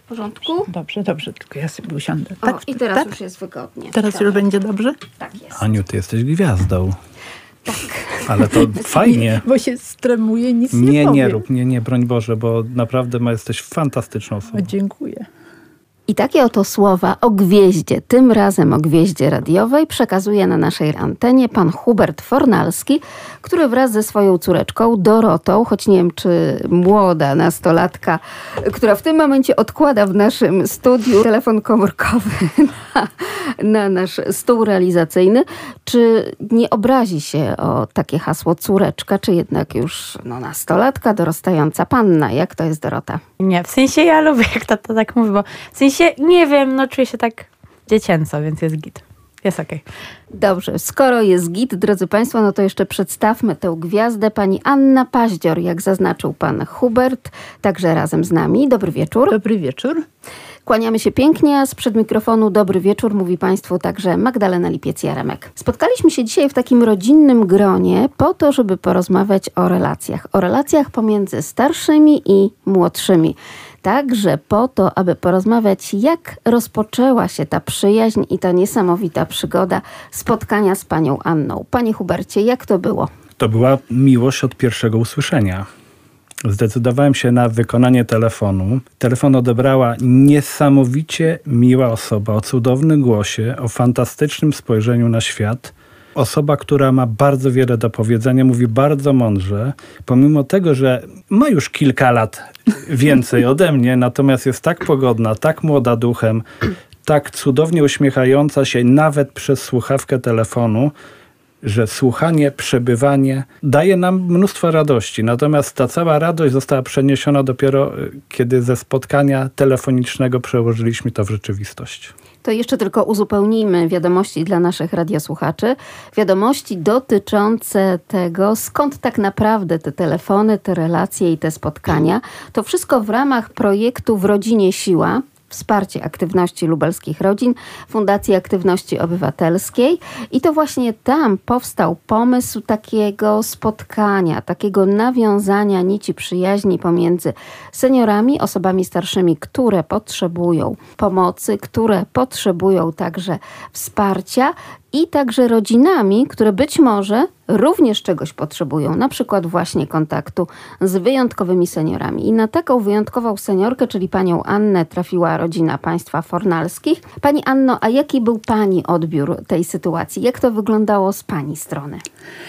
W porządku? Dobrze, tylko ja sobie usiądę. O, i teraz już jest wygodnie. Teraz już będzie dobrze? Tak jest. Aniu, ty jesteś gwiazdą. Tak. Ale to fajnie. Bo się stremuję, nic nie powiem. Nie rób, nie, broń Boże, bo naprawdę jesteś fantastyczną osobą. Dziękuję. I takie oto słowa o gwieździe, tym razem o gwieździe radiowej, przekazuje na naszej antenie pan Hubert Fornalski, który wraz ze swoją córeczką Dorotą, choć nie wiem, czy młoda nastolatka, która w tym momencie odkłada w naszym studiu telefon komórkowy na nasz stół realizacyjny, czy nie obrazi się o takie hasło córeczka, czy jednak już nastolatka, dorastająca panna. Jak to jest, Dorota? Nie, w sensie ja lubię, jak tata tak mówi, bo w sensie, nie wiem, czuję się tak dziecięco, więc jest git. Jest okej. Dobrze, skoro jest git, drodzy Państwo, to jeszcze przedstawmy tę gwiazdę. Pani Anna Paździor, jak zaznaczył pan Hubert, także razem z nami. Dobry wieczór. Dobry wieczór. Kłaniamy się pięknie, a sprzed mikrofonu dobry wieczór mówi Państwu także Magdalena Lipiec-Jaremek. Spotkaliśmy się dzisiaj w takim rodzinnym gronie po to, żeby porozmawiać o relacjach. O relacjach pomiędzy starszymi i młodszymi. Także po to, aby porozmawiać, jak rozpoczęła się ta przyjaźń i ta niesamowita przygoda spotkania z panią Anną. Panie Hubercie, jak to było? To była miłość od pierwszego usłyszenia. Zdecydowałem się na wykonanie telefonu. Telefon odebrała niesamowicie miła osoba o cudownym głosie, o fantastycznym spojrzeniu na świat. Osoba, która ma bardzo wiele do powiedzenia, mówi bardzo mądrze, pomimo tego, że ma już kilka lat więcej ode mnie, natomiast jest tak pogodna, tak młoda duchem, tak cudownie uśmiechająca się nawet przez słuchawkę telefonu, że słuchanie, przebywanie daje nam mnóstwo radości. Natomiast ta cała radość została przeniesiona dopiero, kiedy ze spotkania telefonicznego przełożyliśmy to w rzeczywistość. To jeszcze tylko uzupełnijmy wiadomości dla naszych radiosłuchaczy. Wiadomości dotyczące tego, skąd tak naprawdę te telefony, te relacje i te spotkania. To wszystko w ramach projektu W rodzinie siła. Wsparcie aktywności lubelskich rodzin, Fundacji Aktywności Obywatelskiej. I to właśnie tam powstał pomysł takiego spotkania, takiego nawiązania nici przyjaźni pomiędzy seniorami, osobami starszymi, które potrzebują pomocy, które potrzebują także wsparcia i także rodzinami, które być może również czegoś potrzebują, na przykład właśnie kontaktu z wyjątkowymi seniorami. I na taką wyjątkową seniorkę, czyli panią Annę, trafiła rodzina państwa Fornalskich. Pani Anno, a jaki był pani odbiór tej sytuacji? Jak to wyglądało z pani strony?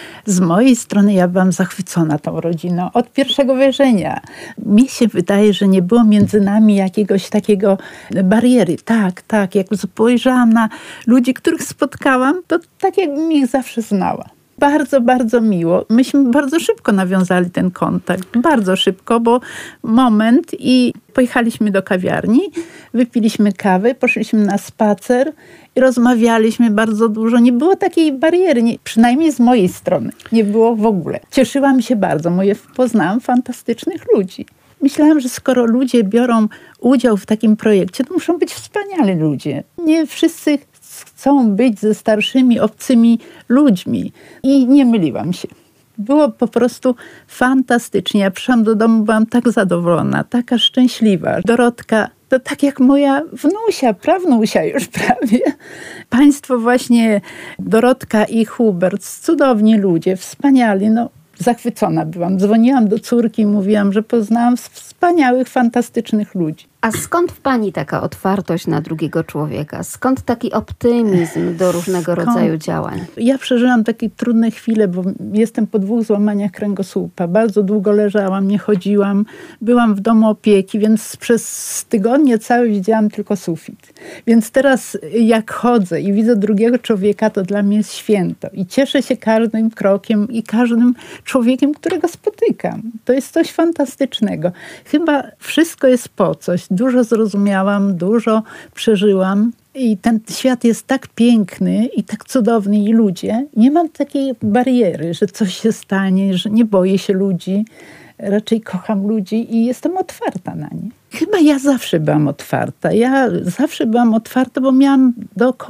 Z mojej strony ja byłam zachwycona tą rodziną od pierwszego wejrzenia. Mi się wydaje, że nie było między nami jakiegoś takiego bariery. Tak, jak spojrzałam na ludzi, których spotkałam, to tak jakbym ich zawsze znała. Bardzo, bardzo miło. Myśmy bardzo szybko nawiązali ten kontakt. Bardzo szybko, bo moment i pojechaliśmy do kawiarni, wypiliśmy kawę, poszliśmy na spacer i rozmawialiśmy bardzo dużo. Nie było takiej bariery, przynajmniej z mojej strony. Nie było w ogóle. Cieszyłam się bardzo. Poznałam fantastycznych ludzi. Myślałam, że skoro ludzie biorą udział w takim projekcie, to muszą być wspaniali ludzie. Nie wszyscy chcą być ze starszymi, obcymi ludźmi. I nie myliłam się. Było po prostu fantastycznie. Ja przyszłam do domu, byłam tak zadowolona, taka szczęśliwa. Dorotka to tak jak moja wnusia, prawnusia już prawie. Państwo właśnie, Dorotka i Hubert, cudowni ludzie, wspaniali. Zachwycona byłam. Dzwoniłam do córki i mówiłam, że poznałam wspaniałych, fantastycznych ludzi. A skąd w pani taka otwartość na drugiego człowieka? Skąd taki optymizm do różnego rodzaju działań? Ja przeżyłam takie trudne chwile, bo jestem po 2 złamaniach kręgosłupa. Bardzo długo leżałam, nie chodziłam. Byłam w domu opieki, więc przez tygodnie całe widziałam tylko sufit. Więc teraz jak chodzę i widzę drugiego człowieka, to dla mnie jest święto. I cieszę się każdym krokiem i każdym człowiekiem, którego spotykam. To jest coś fantastycznego. Chyba wszystko jest po coś. Dużo zrozumiałam, dużo przeżyłam i ten świat jest tak piękny i tak cudowny i ludzie. Nie mam takiej bariery, że coś się stanie, że nie boję się ludzi. Raczej kocham ludzi i jestem otwarta na nie. Chyba ja zawsze byłam otwarta. Bo miałam dookoła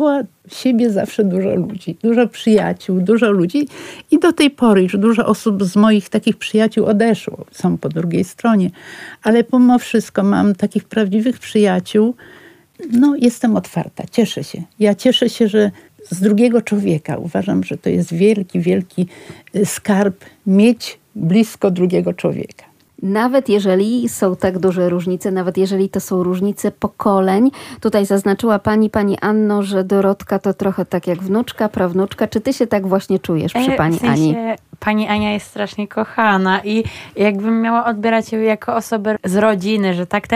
W siebie zawsze dużo ludzi, dużo przyjaciół, dużo ludzi i do tej pory już dużo osób z moich takich przyjaciół odeszło, są po drugiej stronie, ale pomimo wszystko mam takich prawdziwych przyjaciół. No, jestem otwarta, cieszę się. Ja cieszę się, że z drugiego człowieka uważam, że to jest wielki, wielki skarb mieć blisko drugiego człowieka. Nawet jeżeli są tak duże różnice, nawet jeżeli to są różnice pokoleń. Tutaj zaznaczyła pani Anno, że Dorotka to trochę tak jak wnuczka, prawnuczka. Czy ty się tak właśnie czujesz przy pani Ani? Pani Ania jest strasznie kochana i jakbym miała odbierać ją jako osobę z rodziny, że tak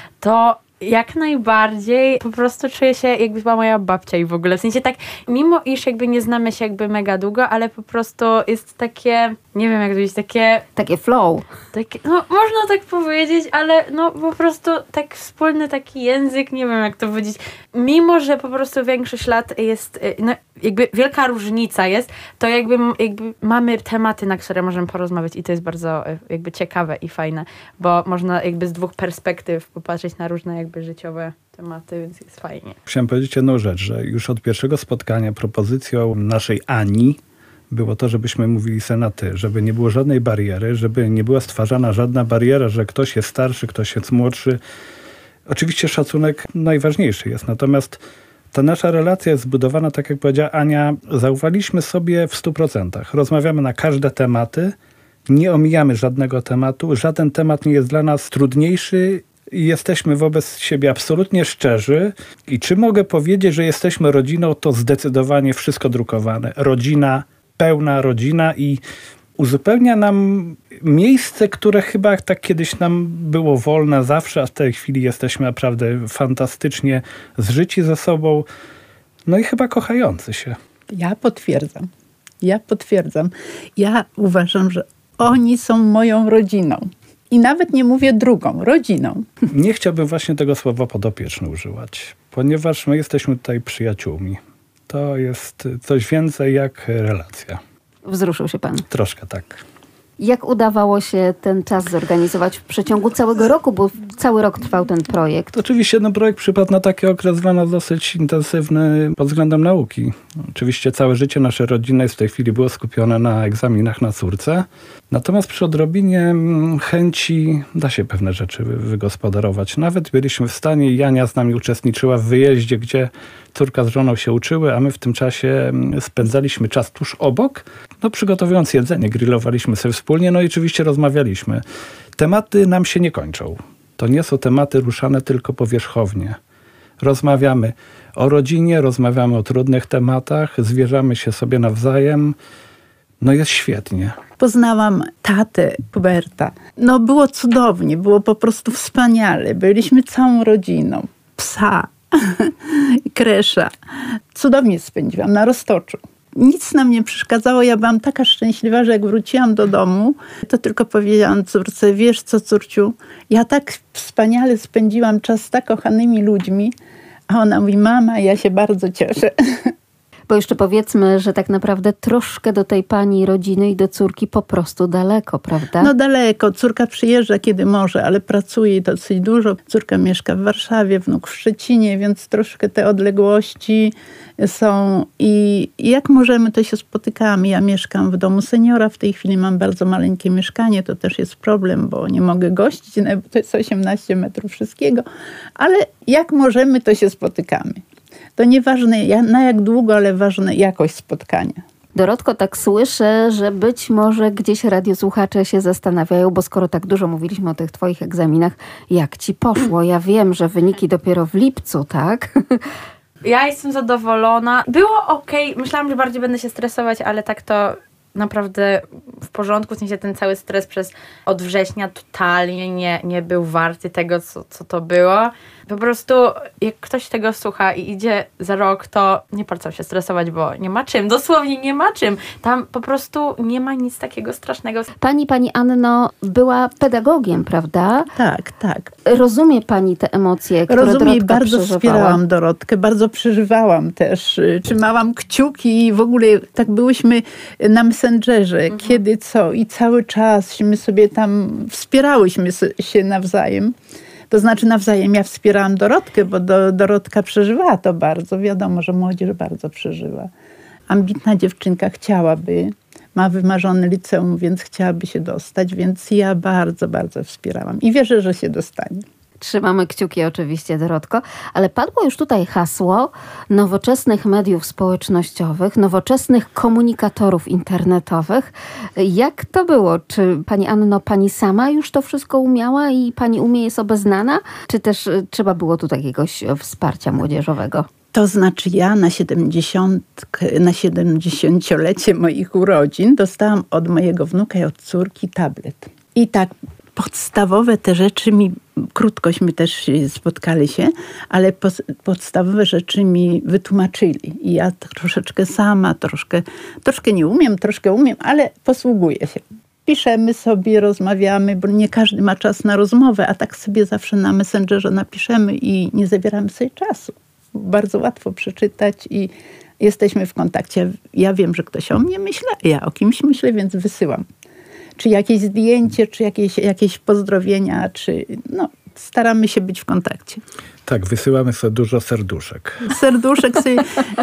to jak najbardziej po prostu czuję się, jakby była moja babcia i w ogóle. W sensie tak, mimo iż jakby nie znamy się jakby mega długo, ale po prostu jest takie, nie wiem jak to jest, takie flow. Takie, no można tak powiedzieć, ale no po prostu tak wspólny taki język, nie wiem jak to powiedzieć. Mimo, że po prostu większość lat jest, no jakby wielka różnica jest, to jakby mamy tematy, na które możemy porozmawiać i to jest bardzo jakby ciekawe i fajne, bo można jakby z dwóch perspektyw popatrzeć na różne jakby życiowe tematy, więc jest fajnie. Chciałem powiedzieć jedną rzecz, że już od pierwszego spotkania propozycją naszej Ani było to, żebyśmy mówili se na ty, żeby nie było żadnej bariery, żeby nie była stwarzana żadna bariera, że ktoś jest starszy, ktoś jest młodszy. Oczywiście szacunek najważniejszy jest, natomiast ta nasza relacja jest zbudowana, tak jak powiedziała Ania, zaufaliśmy sobie w 100%. Rozmawiamy na każde tematy, nie omijamy żadnego tematu, żaden temat nie jest dla nas trudniejszy i jesteśmy wobec siebie absolutnie szczerzy. I czy mogę powiedzieć, że jesteśmy rodziną, to zdecydowanie wszystko drukowane. Rodzina, pełna rodzina i uzupełnia nam miejsce, które chyba tak kiedyś nam było wolne zawsze, a w tej chwili jesteśmy naprawdę fantastycznie zżyci ze sobą. No i chyba kochający się. Ja potwierdzam. Ja uważam, że oni są moją rodziną. I nawet nie mówię drugą, rodziną. Nie chciałbym właśnie tego słowa podopieczny używać, ponieważ my jesteśmy tutaj przyjaciółmi. To jest coś więcej jak relacja. Wzruszył się pan. Troszkę tak. Jak udawało się ten czas zorganizować w przeciągu całego roku, bo cały rok trwał ten projekt? Oczywiście ten projekt przypadł na taki okres dla nas dosyć intensywny pod względem nauki. Oczywiście całe życie naszej rodziny w tej chwili było skupione na egzaminach na córce. Natomiast przy odrobinie chęci da się pewne rzeczy wygospodarować. Nawet byliśmy w stanie, Jania z nami uczestniczyła w wyjeździe, gdzie córka z żoną się uczyły, a my w tym czasie spędzaliśmy czas tuż obok, przygotowując jedzenie, grillowaliśmy sobie wspólnie, no i oczywiście rozmawialiśmy. Tematy nam się nie kończą. To nie są tematy ruszane tylko powierzchownie. Rozmawiamy o rodzinie, rozmawiamy o trudnych tematach, zwierzamy się sobie nawzajem. No jest świetnie. Poznałam tatę Huberta. No było cudownie, było po prostu wspaniale. Byliśmy całą rodziną. Psa, Kresza. Cudownie spędziłam na Roztoczu. Nic nam nie przeszkadzało. Ja byłam taka szczęśliwa, że jak wróciłam do domu, to tylko powiedziałam córce, wiesz co, córciu, ja tak wspaniale spędziłam czas z tak kochanymi ludźmi. A ona mówi, mama, ja się bardzo cieszę. Bo jeszcze powiedzmy, że tak naprawdę troszkę do tej pani rodziny i do córki po prostu daleko, prawda? No daleko. Córka przyjeżdża kiedy może, ale pracuje dosyć dużo. Córka mieszka w Warszawie, wnuk w Szczecinie, więc troszkę te odległości są. I jak możemy, to się spotykamy. Ja mieszkam w domu seniora. W tej chwili mam bardzo maleńkie mieszkanie. To też jest problem, bo nie mogę gościć, bo to jest 18 metrów wszystkiego. Ale jak możemy, to się spotykamy. To nieważne na jak długo, ale ważne jakość spotkania. Dorotko, tak słyszę, że być może gdzieś radiosłuchacze się zastanawiają, bo skoro tak dużo mówiliśmy o tych twoich egzaminach, jak ci poszło? Ja wiem, że wyniki dopiero w lipcu, tak? Ja jestem zadowolona. Było okej. Myślałam, że bardziej będę się stresować, ale tak to naprawdę w porządku. W sensie ten cały stres od września totalnie nie był warty tego, co to było. Po prostu jak ktoś tego słucha i idzie za rok, to nie polecam się stresować, bo nie ma czym. Dosłownie nie ma czym. Tam po prostu nie ma nic takiego strasznego. Pani Anno była pedagogiem, prawda? Tak. Rozumie pani te emocje, które Dorotka i bardzo przeżywała? Wspierałam Dorotkę, bardzo przeżywałam też. Trzymałam kciuki i w ogóle tak byłyśmy na Messengerze, kiedy co i cały czas my sobie tam wspierałyśmy się nawzajem. To znaczy nawzajem ja wspierałam Dorotkę, bo Dorotka przeżywała to bardzo. Wiadomo, że młodzież bardzo przeżywa. Ambitna dziewczynka ma wymarzone liceum, więc chciałaby się dostać, więc ja bardzo, bardzo wspierałam i wierzę, że się dostanie. Trzymamy kciuki oczywiście, Dorotko, ale padło już tutaj hasło nowoczesnych mediów społecznościowych, nowoczesnych komunikatorów internetowych. Jak to było? Czy pani Anno, pani sama już to wszystko umiała i pani jest obeznana? Czy też trzeba było tu jakiegoś wsparcia młodzieżowego? To znaczy ja na 70-lecie moich urodzin dostałam od mojego wnuka i od córki tablet. I tak podstawowe te rzeczy krótkośmy też spotkali się, ale podstawowe rzeczy mi wytłumaczyli. I ja troszeczkę sama, troszkę nie umiem, troszkę umiem, ale posługuję się. Piszemy sobie, rozmawiamy, bo nie każdy ma czas na rozmowę, a tak sobie zawsze na Messengerze napiszemy i nie zabieramy sobie czasu. Bardzo łatwo przeczytać i jesteśmy w kontakcie. Ja wiem, że ktoś o mnie myśli, a ja o kimś myślę, więc wysyłam. Czy jakieś zdjęcie, czy jakieś pozdrowienia, staramy się być w kontakcie. Tak, wysyłamy sobie dużo serduszek. Serduszek sobie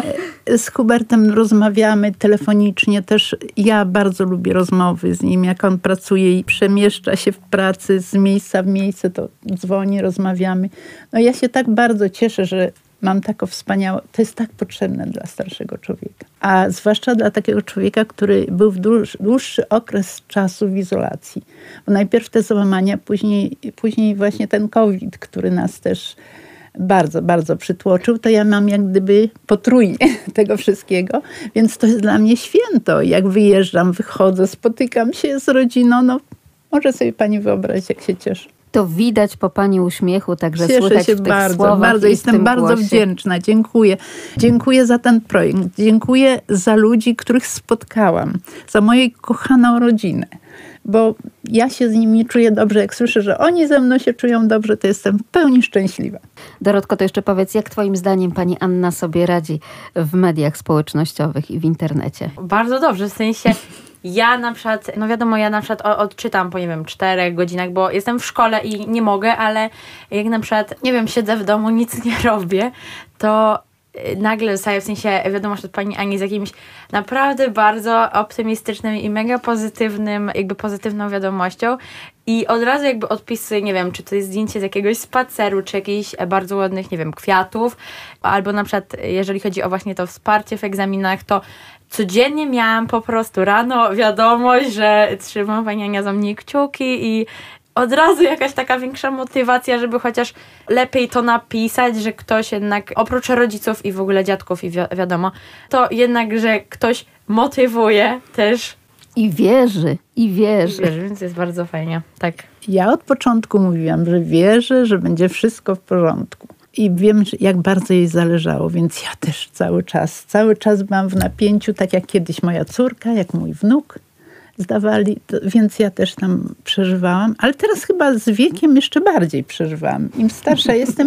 z Hubertem rozmawiamy telefonicznie. Też ja bardzo lubię rozmowy z nim. Jak on pracuje i przemieszcza się w pracy z miejsca w miejsce, to dzwoni, rozmawiamy. Ja się tak bardzo cieszę, że mam taką wspaniałą... To jest tak potrzebne dla starszego człowieka. A zwłaszcza dla takiego człowieka, który był w dłuższy okres czasu w izolacji. Bo najpierw te załamania, później właśnie ten COVID, który nas też bardzo, bardzo przytłoczył, to ja mam jak gdyby potrójnie tego wszystkiego. Więc to jest dla mnie święto. Jak wyjeżdżam, wychodzę, spotykam się z rodziną, może sobie pani wyobrazić, jak się cieszę. To widać po pani uśmiechu, także cieszę słychać się w tych bardzo, słowach bardzo. i Jestem w tym bardzo głosie. wdzięczna. Dziękuję. Dziękuję za ten projekt. Dziękuję za ludzi, których spotkałam. Za moją kochaną rodzinę. Bo ja się z nimi czuję dobrze. Jak słyszę, że oni ze mną się czują dobrze, to jestem w pełni szczęśliwa. Dorotko, to jeszcze powiedz, jak twoim zdaniem pani Anna sobie radzi w mediach społecznościowych i w internecie? Bardzo dobrze, w sensie ja na przykład, odczytam po 4 godzinach, bo jestem w szkole i nie mogę, ale jak na przykład, siedzę w domu, nic nie robię, to nagle dostaję, w sensie wiadomość od pani Ani z jakimś naprawdę bardzo optymistycznym i mega pozytywnym, pozytywną wiadomością i od razu odpisuję, czy to jest zdjęcie z jakiegoś spaceru, czy jakichś bardzo ładnych, kwiatów, albo na przykład jeżeli chodzi o właśnie to wsparcie w egzaminach, to codziennie miałam po prostu rano wiadomość, że trzyma pani Ania za mnie kciuki i od razu jakaś taka większa motywacja, żeby chociaż lepiej to napisać, że ktoś jednak, oprócz rodziców i w ogóle dziadków i wiadomo, to jednak, że ktoś motywuje też. I wierzy. Więc jest bardzo fajnie, tak. Ja od początku mówiłam, że wierzę, że będzie wszystko w porządku. I wiem, jak bardzo jej zależało, więc ja też cały czas byłam w napięciu, tak jak kiedyś moja córka, jak mój wnuk zdawali, więc ja też tam przeżywałam, ale teraz chyba z wiekiem jeszcze bardziej przeżywam. Im starsza jestem,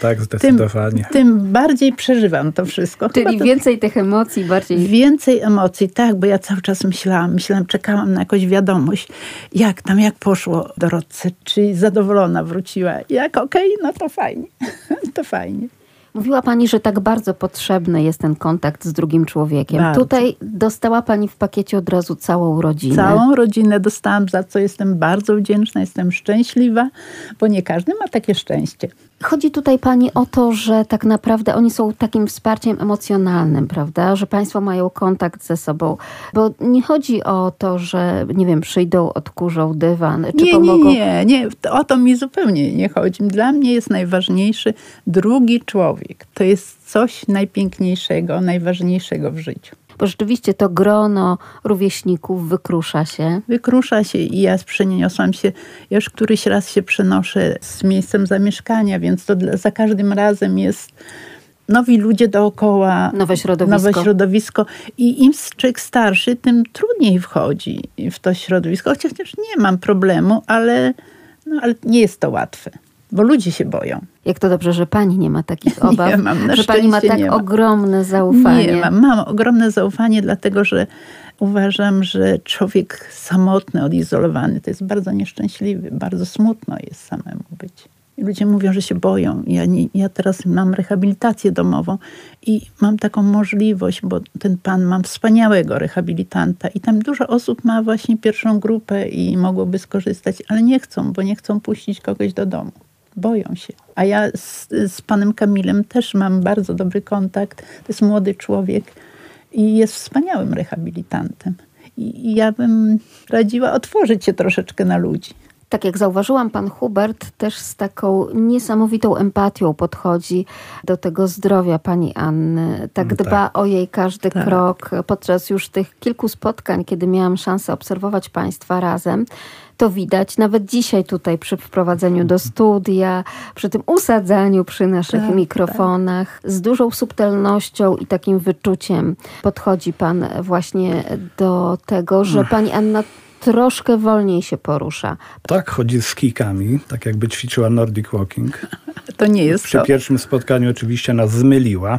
tym bardziej przeżywam to wszystko. Czyli więcej tych emocji, bardziej... Więcej emocji, tak, bo ja cały czas myślałam, czekałam na jakąś wiadomość, jak poszło Dorotce, czy zadowolona wróciła. Jak okej, no to fajnie, to fajnie. Mówiła pani, że tak bardzo potrzebny jest ten kontakt z drugim człowiekiem. Bardzo. Tutaj dostała pani w pakiecie od razu całą rodzinę. Całą rodzinę dostałam, za co jestem bardzo wdzięczna, jestem szczęśliwa, bo nie każdy ma takie szczęście. Chodzi tutaj pani o to, że tak naprawdę oni są takim wsparciem emocjonalnym, prawda? Że państwo mają kontakt ze sobą. Bo nie chodzi o to, że przyjdą, odkurzą dywan, czy pomogą... Nie. O to mi zupełnie nie chodzi. Dla mnie jest najważniejszy drugi człowiek. To jest coś najpiękniejszego, najważniejszego w życiu. Bo rzeczywiście to grono rówieśników wykrusza się. Wykrusza się i ja przeniosłam się, ja już któryś raz się przenoszę z miejscem zamieszkania, więc to za każdym razem jest nowi ludzie dookoła. Nowe środowisko. I im człowiek starszy, tym trudniej wchodzi w to środowisko. Chociaż też nie mam problemu, ale nie jest to łatwe. Bo ludzie się boją. Jak to dobrze, że pani nie ma takich obaw. Nie mam, na że pani ma tak ogromne zaufanie. Nie mam ogromne zaufanie, dlatego że uważam, że człowiek samotny, odizolowany to jest bardzo nieszczęśliwy. Bardzo smutno jest samemu być. I ludzie mówią, że się boją. Ja teraz mam rehabilitację domową i mam taką możliwość, bo ten pan mam wspaniałego rehabilitanta i tam dużo osób ma właśnie pierwszą grupę i mogłoby skorzystać, ale nie chcą, bo nie chcą puścić kogoś do domu. Boją się. A ja z panem Kamilem też mam bardzo dobry kontakt. To jest młody człowiek i jest wspaniałym rehabilitantem. I ja bym radziła otworzyć się troszeczkę na ludzi. Tak jak zauważyłam, pan Hubert też z taką niesamowitą empatią podchodzi do tego zdrowia pani Anny. Tak dba o jej każdy krok. Podczas już tych kilku spotkań, kiedy miałam szansę obserwować państwa razem, to widać nawet dzisiaj tutaj przy wprowadzeniu do studia, przy tym usadzaniu przy naszych mikrofonach. Z dużą subtelnością i takim wyczuciem podchodzi pan właśnie do tego, że pani Anna troszkę wolniej się porusza. Tak, chodzi z kijkami, tak jakby ćwiczyła Nordic Walking. To nie jest Przy pierwszym spotkaniu oczywiście nas zmyliła.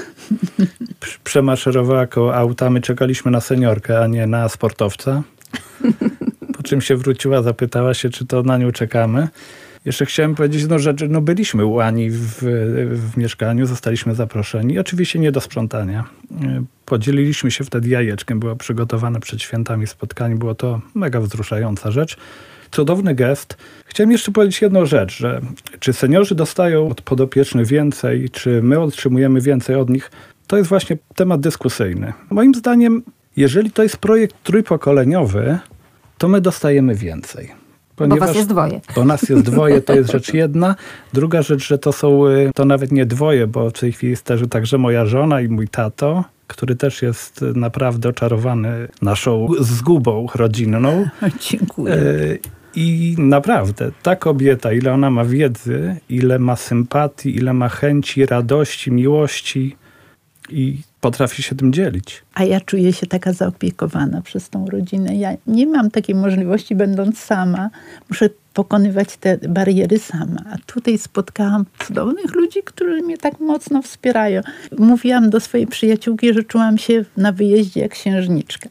Przemaszerowała koło auta. My czekaliśmy na seniorkę, a nie na sportowca. Po czym się wróciła, zapytała się, czy to na nią czekamy. Jeszcze chciałem powiedzieć jedną rzecz. Byliśmy u Ani w mieszkaniu, zostaliśmy zaproszeni. Oczywiście nie do sprzątania. Podzieliliśmy się wtedy jajeczkiem. Było przygotowane przed świętami spotkanie. Było to mega wzruszająca rzecz. Cudowny gest. Chciałem jeszcze powiedzieć jedną rzecz, że czy seniorzy dostają od podopiecznych więcej, czy my otrzymujemy więcej od nich, to jest właśnie temat dyskusyjny. Moim zdaniem, jeżeli to jest projekt trójpokoleniowy, to my dostajemy więcej. Bo was jest dwoje. Bo nas jest dwoje, to jest rzecz jedna. Druga rzecz, że to nawet nie dwoje, bo w tej chwili jest też także moja żona i mój tato, który też jest naprawdę oczarowany naszą zgubą rodzinną. Dziękuję. I naprawdę ta kobieta, ile ona ma wiedzy, ile ma sympatii, ile ma chęci, radości, miłości i potrafi się tym dzielić. A ja czuję się taka zaopiekowana przez tą rodzinę. Ja nie mam takiej możliwości, będąc sama. Muszę pokonywać te bariery sama. A tutaj spotkałam cudownych ludzi, którzy mnie tak mocno wspierają. Mówiłam do swojej przyjaciółki, że czułam się na wyjeździe jak księżniczka.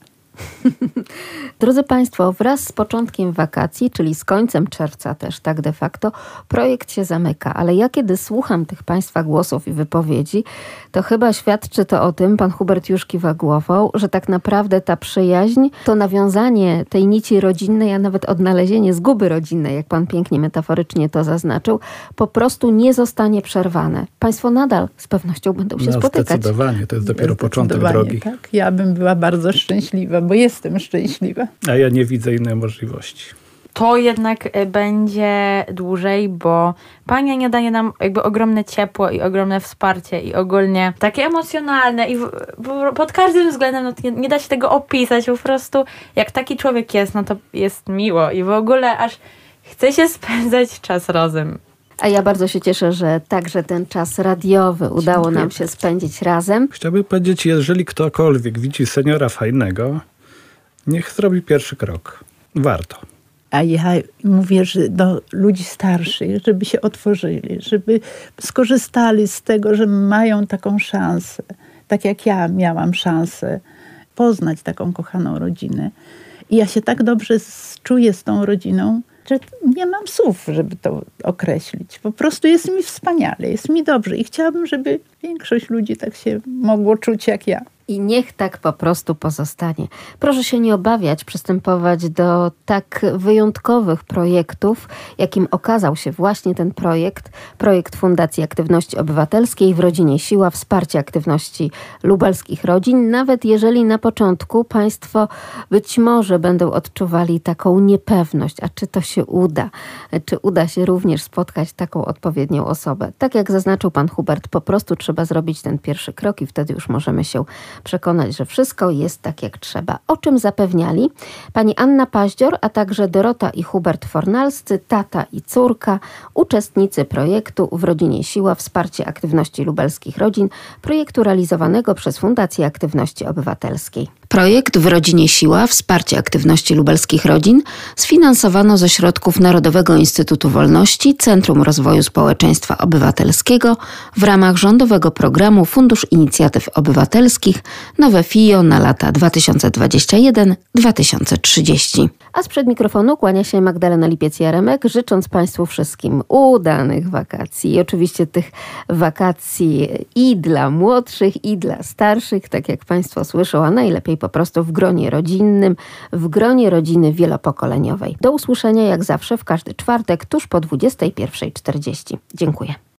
Drodzy Państwo, wraz z początkiem wakacji, czyli z końcem czerwca też tak de facto, projekt się zamyka. Ale ja kiedy słucham tych Państwa głosów i wypowiedzi, to chyba świadczy to o tym, pan Hubert już kiwa głową, że tak naprawdę ta przyjaźń, to nawiązanie tej nici rodzinnej, a nawet odnalezienie zguby rodzinnej, jak pan pięknie metaforycznie to zaznaczył, po prostu nie zostanie przerwane. Państwo nadal z pewnością będą się spotykać. Zdecydowanie, to jest dopiero początek drogi. Tak, ja bym była bardzo szczęśliwa, bo jestem szczęśliwa. A ja nie widzę innej możliwości. To jednak będzie dłużej, bo pani Ania daje nam jakby ogromne ciepło i ogromne wsparcie i ogólnie takie emocjonalne i pod każdym względem nie da się tego opisać. Po prostu jak taki człowiek jest, no to jest miło i w ogóle aż chce się spędzać czas razem. A ja bardzo się cieszę, że także ten czas radiowy udało nam się spędzić razem. Chciałbym powiedzieć, jeżeli ktokolwiek widzi seniora fajnego, niech zrobi pierwszy krok. Warto. A ja mówię, że do ludzi starszych, żeby się otworzyli, żeby skorzystali z tego, że mają taką szansę. Tak jak ja miałam szansę poznać taką kochaną rodzinę. I ja się tak dobrze czuję z tą rodziną, że nie mam słów, żeby to określić. Po prostu jest mi wspaniale, jest mi dobrze i chciałabym, żeby większość ludzi tak się mogło czuć jak ja. I niech tak po prostu pozostanie. Proszę się nie obawiać przystępować do tak wyjątkowych projektów, jakim okazał się właśnie ten projekt Fundacji Aktywności Obywatelskiej w Rodzinie Siła, wsparcie aktywności lubelskich rodzin. Nawet jeżeli na początku Państwo być może będą odczuwali taką niepewność, a czy to się uda, czy uda się również spotkać taką odpowiednią osobę. Tak jak zaznaczył pan Hubert, po prostu trzeba zrobić ten pierwszy krok i wtedy już możemy się przekonać, że wszystko jest tak jak trzeba. O czym zapewniali pani Anna Paździor, a także Dorota i Hubert Fornalscy, tata i córka, uczestnicy projektu w Rodzinie Siła, wsparcie aktywności lubelskich rodzin, projektu realizowanego przez Fundację Aktywności Obywatelskiej. Projekt w Rodzinie Siła, wsparcie aktywności lubelskich rodzin sfinansowano ze środków Narodowego Instytutu Wolności, Centrum Rozwoju Społeczeństwa Obywatelskiego w ramach rządowego programu Fundusz Inicjatyw Obywatelskich Nowe FIO na lata 2021-2030. A sprzed mikrofonu kłania się Magdalena Lipiec-Jaremek, życząc Państwu wszystkim udanych wakacji. I oczywiście tych wakacji i dla młodszych, i dla starszych, tak jak Państwo słyszą, a najlepiej po prostu w gronie rodzinnym, w gronie rodziny wielopokoleniowej. Do usłyszenia jak zawsze w każdy czwartek tuż po 21:40. Dziękuję.